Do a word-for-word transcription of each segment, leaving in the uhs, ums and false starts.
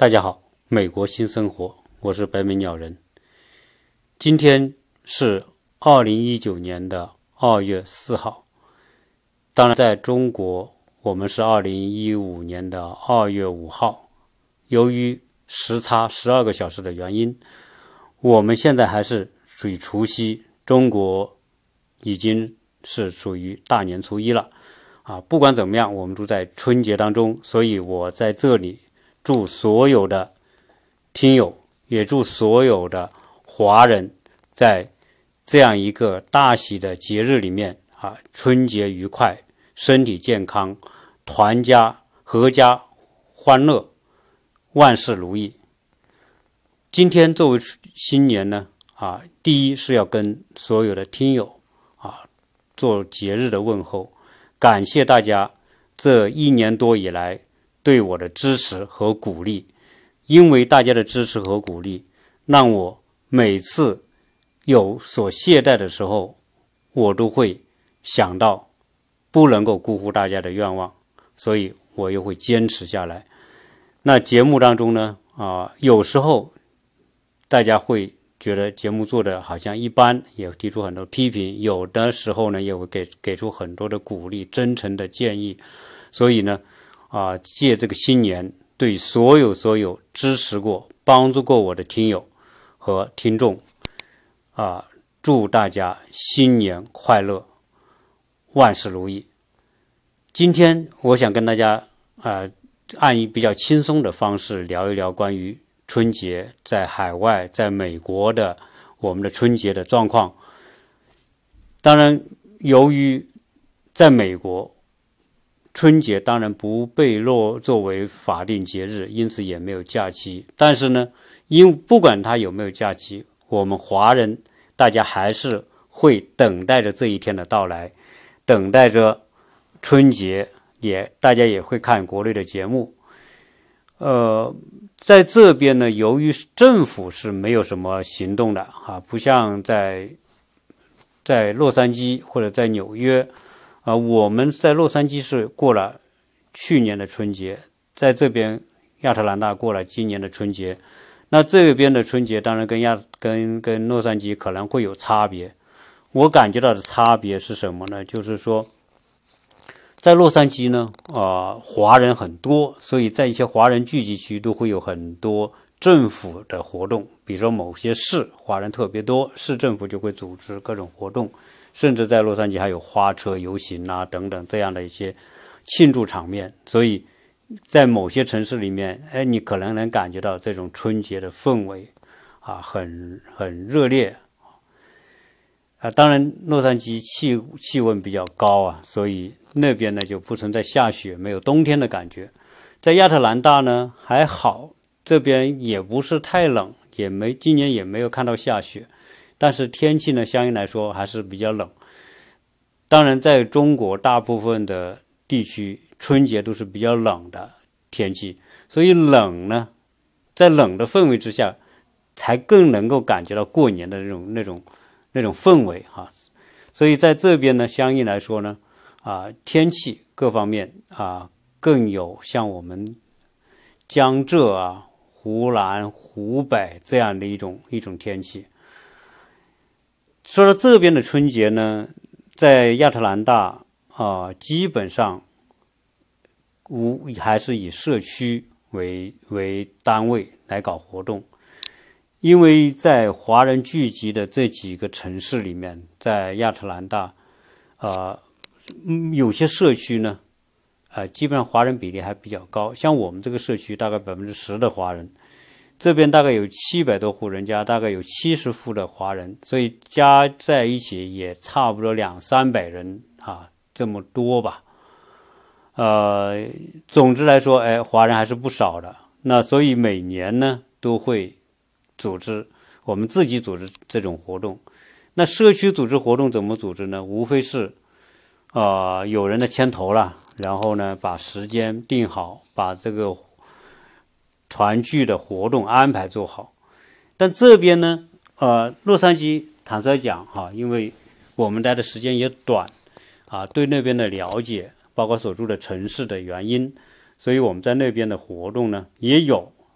大家好，美国新生活，我是北美鸟人。今天是二零一九年的二月四号，当然在中国我们是二零一五年的二月五号。由于时差十二个小时的原因，我们现在还是属于除夕，中国已经是属于大年初一了啊。不管怎么样，我们都在春节当中，所以我在这里祝所有的听友，也祝所有的华人在这样一个大喜的节日里面啊，春节愉快，身体健康，团家阖家欢乐，万事如意。今天作为新年呢啊，第一是要跟所有的听友啊做节日的问候，感谢大家这一年多以来对我的支持和鼓励，因为大家的支持和鼓励，让我每次有所懈怠的时候，我都会想到不能够辜负大家的愿望，所以我又会坚持下来。那节目当中呢，啊，有时候大家会觉得节目做的好像一般，也提出很多批评，有的时候呢也会给给出很多的鼓励，真诚的建议。所以呢啊，借这个新年，对所有所有支持过、帮助过我的听友和听众啊，祝大家新年快乐，万事如意。今天我想跟大家啊，按一比较轻松的方式聊一聊关于春节在海外、在美国的我们的春节的状况。当然，由于在美国，春节当然不被落作为法定节日，因此也没有假期。但是呢，因不管它有没有假期，我们华人大家还是会等待着这一天的到来，等待着春节，也大家也会看国内的节目。呃，在这边呢，由于政府是没有什么行动的啊，不像在在洛杉矶或者在纽约。啊，我们在洛杉矶是过了去年的春节，在这边亚特兰大过了今年的春节。那这边的春节当然跟亚跟跟洛杉矶可能会有差别。我感觉到的差别是什么呢？就是说，在洛杉矶呢，呃，华人很多，所以在一些华人聚集区都会有很多政府的活动，比如说某些市华人特别多，市政府就会组织各种活动。甚至在洛杉矶还有花车游行啊等等这样的一些庆祝场面，所以在某些城市里面，哎，你可能能感觉到这种春节的氛围啊，很很热烈啊。当然，洛杉矶气气温比较高啊，所以那边呢就不存在下雪，没有冬天的感觉。在亚特兰大呢还好，这边也不是太冷，也没今年也没有看到下雪。但是天气呢，相应来说还是比较冷。当然，在中国大部分的地区，春节都是比较冷的天气，所以冷呢，在冷的氛围之下，才更能够感觉到过年的那种那种那种氛围哈。所以在这边呢，相应来说呢，啊，天气各方面啊，更有像我们江浙啊、湖南、湖北这样的一种一种天气。说到这边的春节呢，在亚特兰大啊、呃，基本上无还是以社区为为单位来搞活动，因为在华人聚集的这几个城市里面，在亚特兰大，呃，有些社区呢，呃，基本上华人比例还比较高，像我们这个社区大概百分之十的华人。这边大概有七百多户人家，大概有七十户的华人，所以加在一起也差不多两三百人啊，这么多吧。呃，总之来说，哎，华人还是不少的。那所以每年呢都会组织我们自己组织这种活动。那社区组织活动怎么组织呢？无非是呃有人的牵头了，然后呢把时间定好，把这个团聚的活动安排做好。但这边呢，呃，洛杉矶坦率讲哈，因为我们待的时间也短啊，对那边的了解，包括所住的城市的原因，所以我们在那边的活动呢也有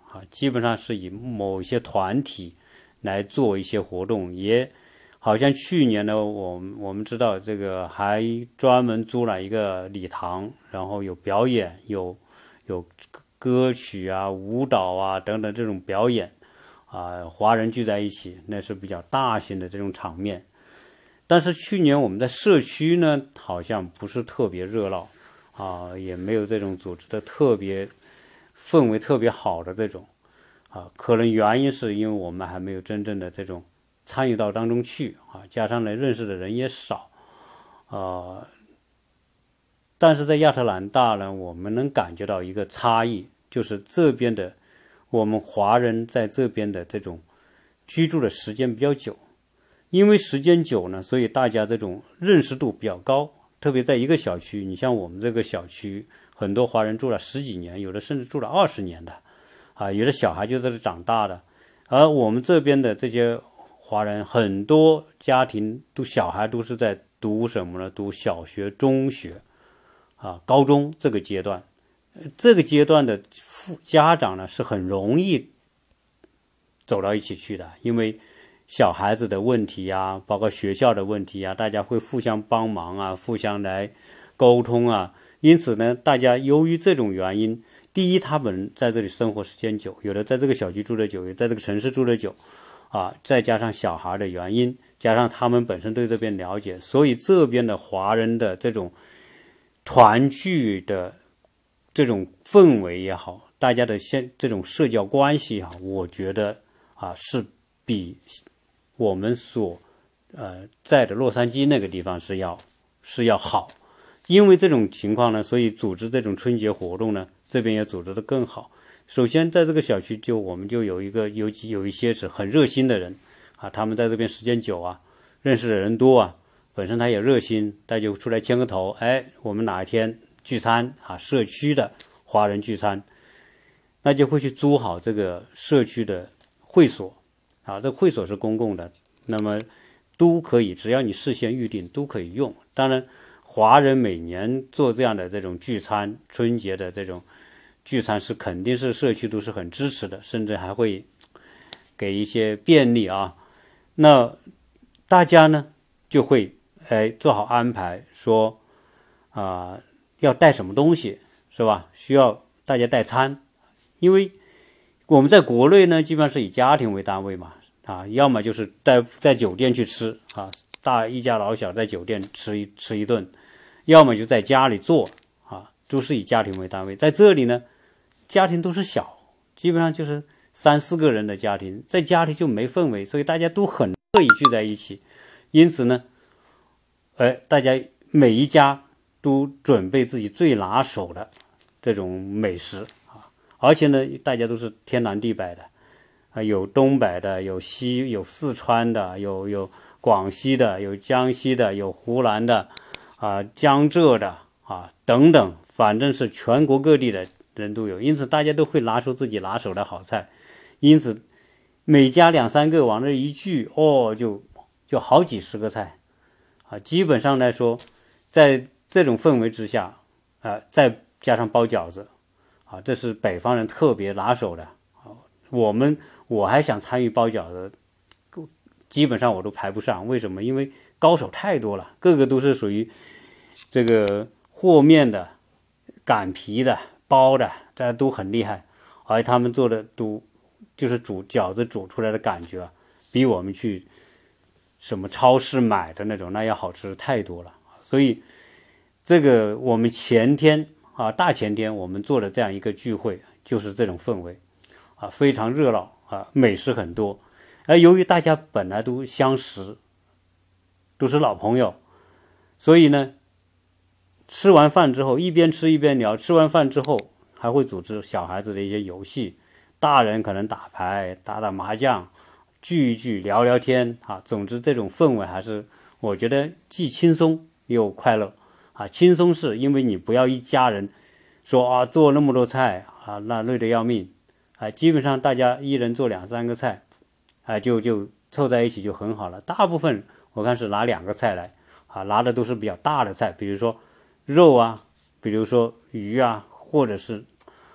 啊，基本上是以某些团体来做一些活动，也好像去年呢，我们我们知道这个还专门租了一个礼堂，然后有表演，有有歌曲啊、舞蹈啊等等这种表演啊，华人聚在一起，那是比较大型的这种场面。但是去年我们在社区呢，好像不是特别热闹啊，也没有这种组织的特别氛围特别好的这种啊，可能原因是因为我们还没有真正的这种参与到当中去啊，加上呢认识的人也少啊。但是在亚特兰大呢，我们能感觉到一个差异，就是这边的我们华人在这边的这种居住的时间比较久，因为时间久呢，所以大家这种认识度比较高。特别在一个小区，你像我们这个小区，很多华人住了十几年，有的甚至住了二十年的啊，有的小孩就在这长大的。而我们这边的这些华人，很多家庭都小孩都是在读什么呢？读小学、中学啊、高中这个阶段。这个阶段的父家长呢是很容易走到一起去的，因为小孩子的问题啊，包括学校的问题啊，大家会互相帮忙啊，互相来沟通啊。因此呢，大家由于这种原因，第一，他们在这里生活时间久，有的在这个小区住的久，有的在这个城市住的久啊，再加上小孩的原因，加上他们本身对这边了解，所以这边的华人的这种团聚的这种氛围也好，大家的现这种社交关系也好，我觉得啊是比我们所呃在的洛杉矶那个地方是要是要好。因为这种情况呢，所以组织这种春节活动呢，这边也组织得更好。首先在这个小区就我们就有一个有有一些是很热心的人啊，他们在这边时间久啊，认识的人多啊，本身他也热心，大家就出来牵个头，哎，我们哪一天聚餐啊，社区的华人聚餐，那就会去租好这个社区的会所啊，这会所是公共的，那么都可以，只要你事先预定都可以用。当然华人每年做这样的这种聚餐，春节的这种聚餐是肯定是社区都是很支持的，甚至还会给一些便利啊。那大家呢就会哎做好安排，说啊、呃、要带什么东西是吧？需要大家带餐，因为我们在国内呢基本上是以家庭为单位嘛啊，要么就是在在酒店去吃啊，大一家老小在酒店吃一吃一顿。要么就在家里做啊，都是以家庭为单位。在这里呢，家庭都是小，基本上就是三四个人的家庭，在家里就没氛围，所以大家都很乐意聚在一起。因此呢，哎，大家每一家都准备自己最拿手的这种美食啊，而且呢，大家都是天南地北的啊，有东北的，有西，有四川的，有有广西的，有江西的，有湖南的。啊，江浙的啊等等，反正是全国各地的人都有，因此大家都会拿出自己拿手的好菜，因此每家两三个往那一聚，哦，就就好几十个菜啊。基本上来说，在这种氛围之下，啊，再加上包饺子啊，这是北方人特别拿手的啊。我们我还想参与包饺子，基本上我都排不上，为什么？因为高手太多了，个个都是属于这个和面的、擀皮的、包的，大家都很厉害，而他们做的都就是煮饺子煮出来的感觉，比我们去什么超市买的那种那要好吃太多了。所以这个我们前天啊，大前天我们做的这样一个聚会，就是这种氛围啊，非常热闹啊，美食很多。而由于大家本来都相识，都是老朋友，所以呢，吃完饭之后一边吃一边聊，吃完饭之后还会组织小孩子的一些游戏，大人可能打牌、打打麻将，聚一聚、聊聊天啊。总之，这种氛围还是我觉得既轻松又快乐啊。轻松是因为你不要一家人说啊做那么多菜啊，那累得要命啊。基本上大家一人做两三个菜啊，就就凑在一起就很好了。大部分我看是拿两个菜来啊，拿的都是比较大的菜，比如说肉啊，比如说鱼啊，或者是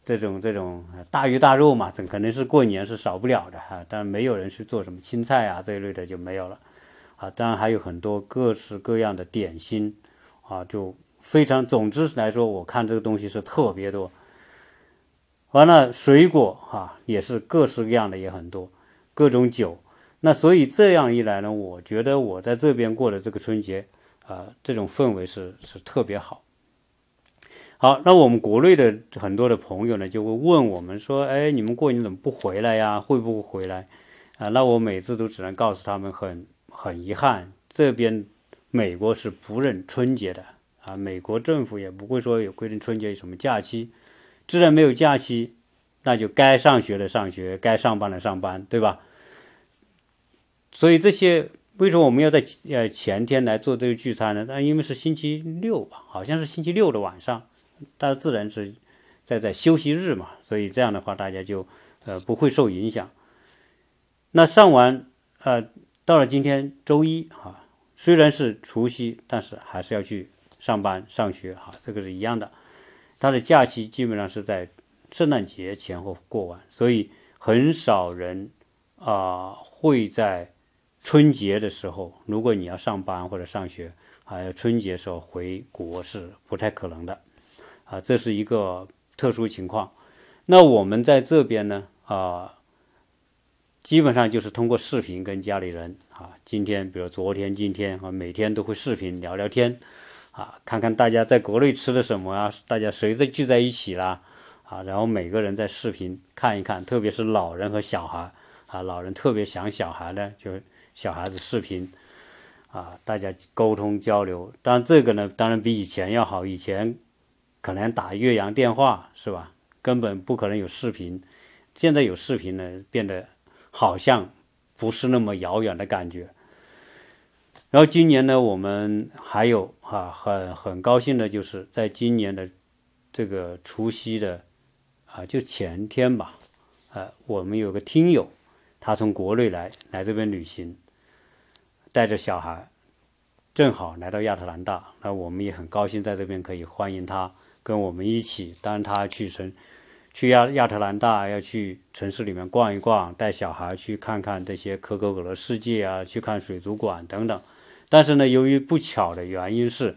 这种这种大鱼大肉嘛，这肯定是过年是少不了的哈。但没有人去做什么青菜啊这一类的就没有了啊。当然还有很多各式各样的点心啊，就非常，总之来说，我看这个东西是特别多。完了，水果哈、啊、也是各式各样的也很多，各种酒。那所以这样一来呢，我觉得我在这边过的这个春节啊、呃，这种氛围是是特别好。好，那我们国内的很多的朋友呢，就会问我们说，哎，你们过年怎么不回来呀？会不会回来？啊，那我每次都只能告诉他们很很遗憾，这边美国是不认春节的啊，美国政府也不会说有规定春节有什么假期。既然没有假期，那就该上学的上学，该上班的上班，对吧？所以这些为什么我们要在呃前天来做这个聚餐呢？那因为是星期六吧，好像是星期六的晚上，大家自然是在在休息日嘛，所以这样的话大家就呃不会受影响。那上完呃到了今天周一啊，虽然是除夕，但是还是要去上班上学哈、啊，这个是一样的。它的假期基本上是在圣诞节前后过完，所以很少人啊、呃、会在春节的时候，如果你要上班或者上学，还、啊、有春节时候回国是不太可能的啊，这是一个特殊情况。那我们在这边呢啊，基本上就是通过视频跟家里人啊，今天比如昨天今天啊，每天都会视频聊聊天。啊，看看大家在国内吃的什么啊，大家谁在聚在一起啦，啊，然后每个人在视频看一看，特别是老人和小孩啊，老人特别想小孩呢，就小孩子视频啊，大家沟通交流。当然这个呢，当然比以前要好，以前可能打越洋电话是吧，根本不可能有视频，现在有视频呢，变得好像不是那么遥远的感觉。然后今年呢，我们还有啊，很很高兴的就是在今年的这个除夕的啊，就前天吧，呃，我们有个听友，他从国内来来这边旅行，带着小孩，正好来到亚特兰大，那我们也很高兴在这边可以欢迎他跟我们一起。当然他去城去亚亚特兰大要去城市里面逛一逛，带小孩去看看这些可口可乐世界啊，去看水族馆等等。但是呢，由于不巧的原因是，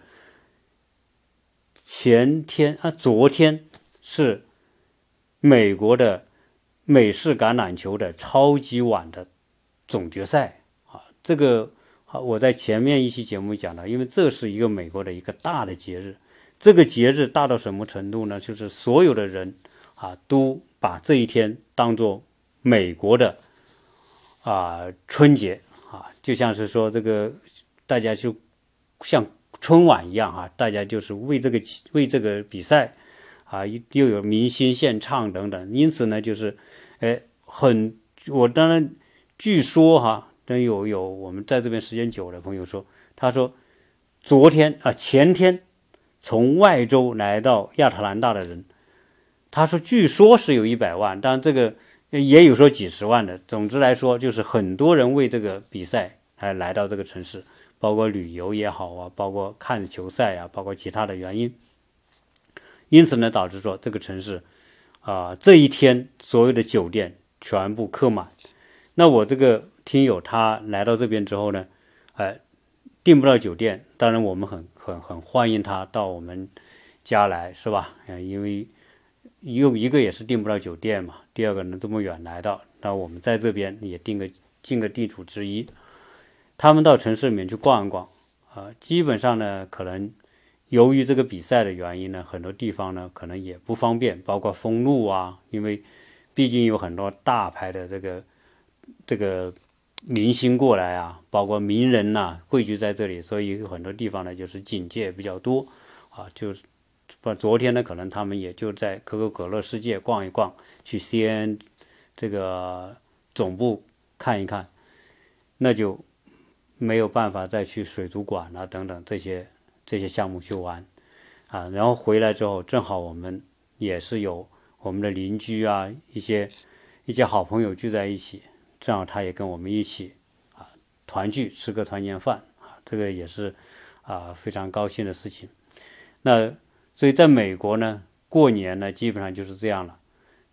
前天啊，昨天是美国的美式橄榄球的超级碗的总决赛啊。这个啊，我在前面一期节目讲了，因为这是一个美国的一个大的节日。这个节日大到什么程度呢？就是所有的人啊，都把这一天当作美国的啊春节啊，就像是说这个。大家就像春晚一样啊，大家就是为这个为这个比赛啊，又有明星献唱等等，因此呢，就是哎，很我当然据说哈，真有有我们在这边时间久的朋友说，他说昨天啊前天从外州来到亚特兰大的人，他说据说是有一百万，当然这个也有说几十万的。总之来说，就是很多人为这个比赛还来到这个城市。包括旅游也好啊，包括看球赛啊，包括其他的原因，因此呢，导致说这个城市啊、呃，这一天所有的酒店全部客满。那我这个听友他来到这边之后呢，呃，订不到酒店，当然我们很很很欢迎他到我们家来，是吧？呃、因为又一个也是订不到酒店嘛，第二个呢这么远来到，那我们在这边也订个尽个地主之谊。他们到城市里面去逛一逛，啊、呃，基本上呢，可能由于这个比赛的原因呢，很多地方呢可能也不方便，包括封路啊，因为毕竟有很多大牌的这个这个明星过来啊，包括名人呐、啊、汇聚在这里，所以有很多地方呢就是警戒比较多啊，就是不昨天呢可能他们也就在可口可乐世界逛一逛，去 C N 这个总部看一看，那就。没有办法再去水族馆啊等等这些这些项目去玩啊，然后回来之后正好我们也是有我们的邻居啊一些一些好朋友聚在一起，正好他也跟我们一起啊团聚吃个团年饭啊，这个也是啊非常高兴的事情。那所以在美国呢，过年呢基本上就是这样了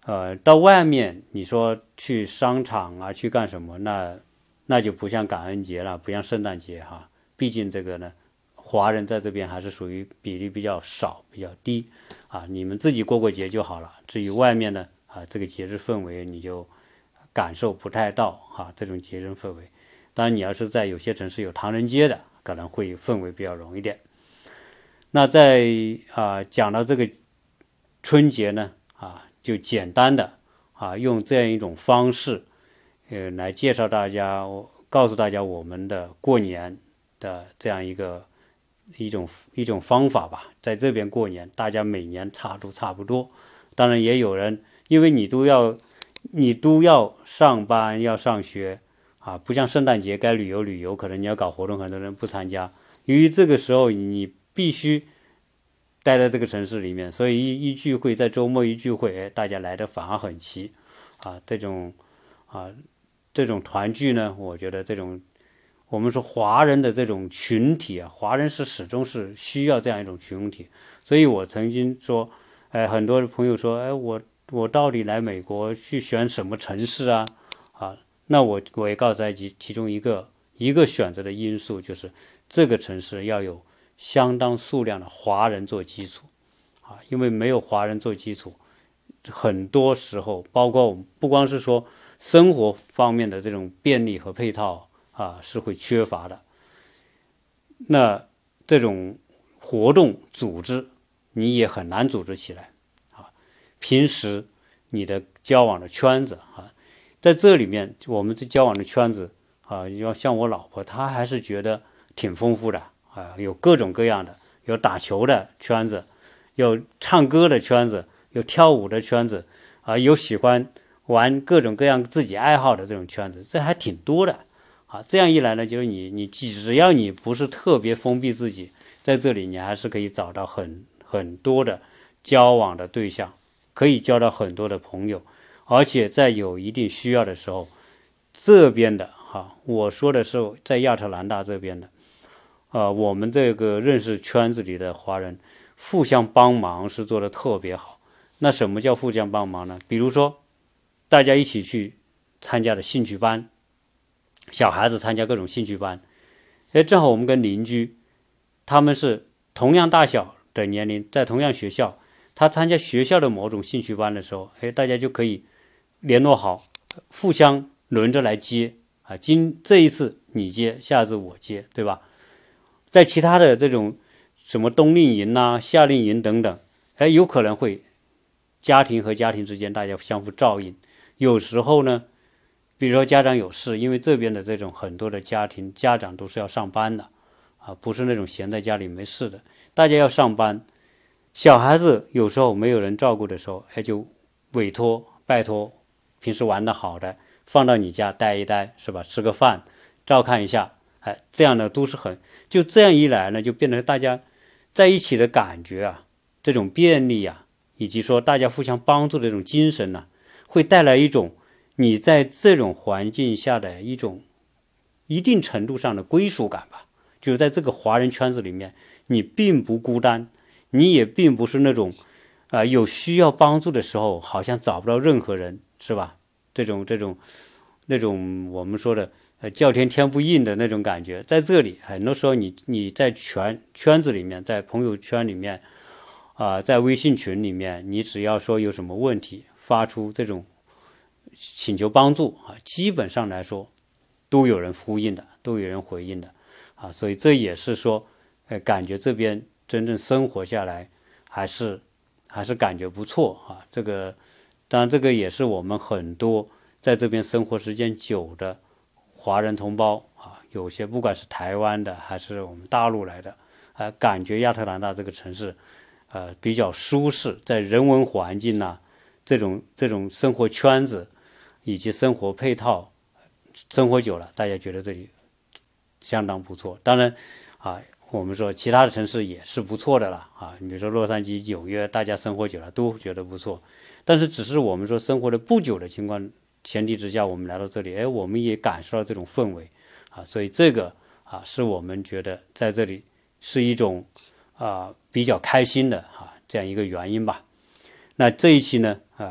呃，到外面你说去商场啊，去干什么？那那就不像感恩节了，不像圣诞节哈。毕竟这个呢，华人在这边还是属于比例比较少、比较低啊。你们自己过过节就好了。至于外面呢，啊，这个节日氛围你就感受不太到哈、啊，这种节日氛围。当然，你要是在有些城市有唐人街的，可能会氛围比较浓一点。那在啊讲到这个春节呢，啊，就简单的啊用这样一种方式，呃，来介绍大家，告诉大家我们的过年的这样一个一种一种方法吧。在这边过年，大家每年差都差不多。当然也有人，因为你都要你都要上班要上学啊，不像圣诞节该旅游旅游，可能你要搞活动，很多人不参加。由于这个时候你必须待在这个城市里面，所以一一聚会，在周末一聚会，哎，大家来的反而很齐啊。这种啊，这种团聚呢，我觉得这种我们说华人的这种群体啊，华人是始终是需要这样一种群体。所以我曾经说，哎，很多朋友说，哎，我我到底来美国去选什么城市啊？啊，那我我也告诉大家，其中一个一个选择的因素就是这个城市要有相当数量的华人做基础啊，因为没有华人做基础，很多时候包括我们不光是说生活方面的这种便利和配套啊是会缺乏的。那这种活动组织你也很难组织起来啊。平时你的交往的圈子啊，在这里面我们这交往的圈子啊，要像我老婆，她还是觉得挺丰富的啊，有各种各样的，有打球的圈子，有唱歌的圈子，有跳舞的圈子啊，有喜欢玩各种各样自己爱好的这种圈子，这还挺多的啊。这样一来呢，就是你你只要你不是特别封闭自己，在这里你还是可以找到很很多的交往的对象，可以交到很多的朋友，而且在有一定需要的时候，这边的哈，我说的是在亚特兰大这边的，呃，我们这个认识圈子里的华人互相帮忙是做的特别好。那什么叫互相帮忙呢？比如说大家一起去参加的兴趣班，小孩子参加各种兴趣班，哎，正好我们跟邻居，他们是同样大小的年龄，在同样学校，他参加学校的某种兴趣班的时候，哎，大家就可以联络好，互相轮着来接啊。今这一次你接，下次我接，对吧？在其他的这种什么冬令营啊、夏令营等等，哎，有可能会家庭和家庭之间大家相互照应。有时候呢，比如说家长有事，因为这边的这种很多的家庭家长都是要上班的啊，不是那种闲在家里没事的，大家要上班，小孩子有时候没有人照顾的时候，哎，就委托拜托平时玩的好的放到你家待一待，是吧？吃个饭，照看一下，哎，这样的都是很，就这样一来呢，就变成大家在一起的感觉啊，这种便利啊，以及说大家互相帮助的这种精神呢、啊，会带来一种你在这种环境下的一种一定程度上的归属感吧。就是在这个华人圈子里面，你并不孤单，你也并不是那种啊、呃、有需要帮助的时候好像找不到任何人，是吧？这种这种那种我们说的呃叫天天不应的那种感觉，在这里很多时候你你在圈圈子里面，在朋友圈里面啊、呃，在微信群里面，你只要说有什么问题，发出这种请求帮助啊，基本上来说都有人呼应的，都有人回应的啊，所以这也是说，呃，感觉这边真正生活下来还是还是感觉不错啊。这个当然这个也是我们很多在这边生活时间久的华人同胞啊，有些不管是台湾的还是我们大陆来的，啊，感觉亚特兰大这个城市，呃，比较舒适，在人文环境呐、啊，这种这种生活圈子以及生活配套，生活久了，大家觉得这里相当不错。当然啊，我们说其他的城市也是不错的了啊，你比如说洛杉矶、纽约，大家生活久了都觉得不错。但是只是我们说生活的不久的情况前提之下，我们来到这里，哎，我们也感受到这种氛围啊，所以这个啊是我们觉得在这里是一种啊比较开心的啊这样一个原因吧。那这一期呢啊，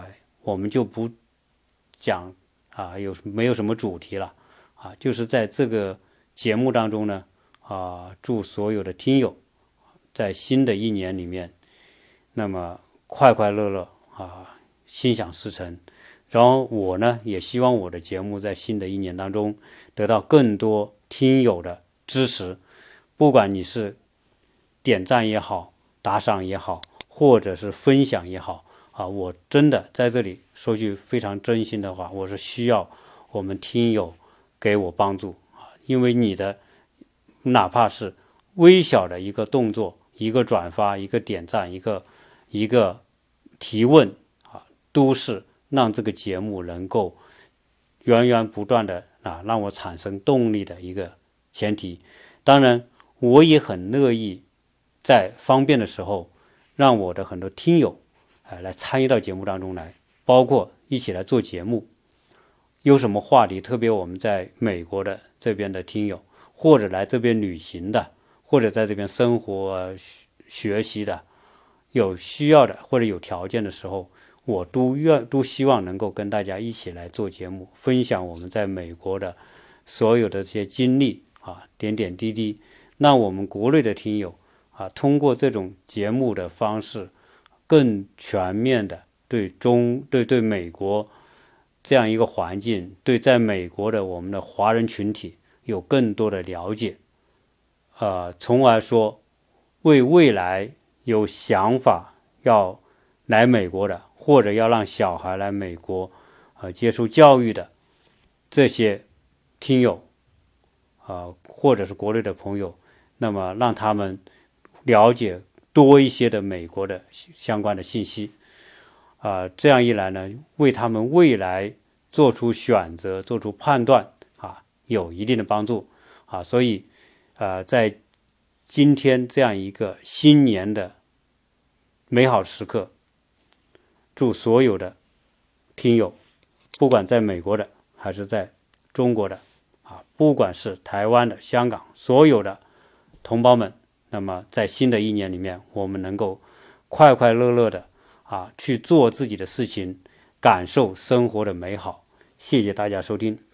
我们就不讲啊有没有什么主题了啊，就是在这个节目当中呢啊，祝所有的听友在新的一年里面，那么快快乐乐啊，心想事成。然后我呢，也希望我的节目在新的一年当中得到更多听友的支持，不管你是点赞也好，打赏也好，或者是分享也好啊，我真的在这里说句非常真心的话，我是需要我们听友给我帮助啊，因为你的哪怕是微小的一个动作，一个转发，一个点赞，一个一个提问啊，都是让这个节目能够源源不断的啊，让我产生动力的一个前提。当然，我也很乐意在方便的时候，让我的很多听友啊来参与到节目当中来，包括一起来做节目。有什么话题，特别我们在美国的这边的听友，或者来这边旅行的，或者在这边生活学习的，有需要的或者有条件的时候，我都愿都希望能够跟大家一起来做节目，分享我们在美国的所有的这些经历啊，点点滴滴，让我们国内的听友啊，通过这种节目的方式，更全面的对中对对美国这样一个环境，对在美国的我们的华人群体有更多的了解，呃，从而说为未来有想法要来美国的，或者要让小孩来美国呃接受教育的这些听友啊、呃，或者是国内的朋友，那么让他们了解多一些的美国的相关的信息啊、呃，这样一来呢，为他们未来做出选择、做出判断啊，有一定的帮助啊。所以呃，在今天这样一个新年的美好时刻，祝所有的听友，不管在美国的还是在中国的啊，不管是台湾的、香港所有的同胞们，那么在新的一年里面，我们能够快快乐乐的啊去做自己的事情，感受生活的美好。谢谢大家收听。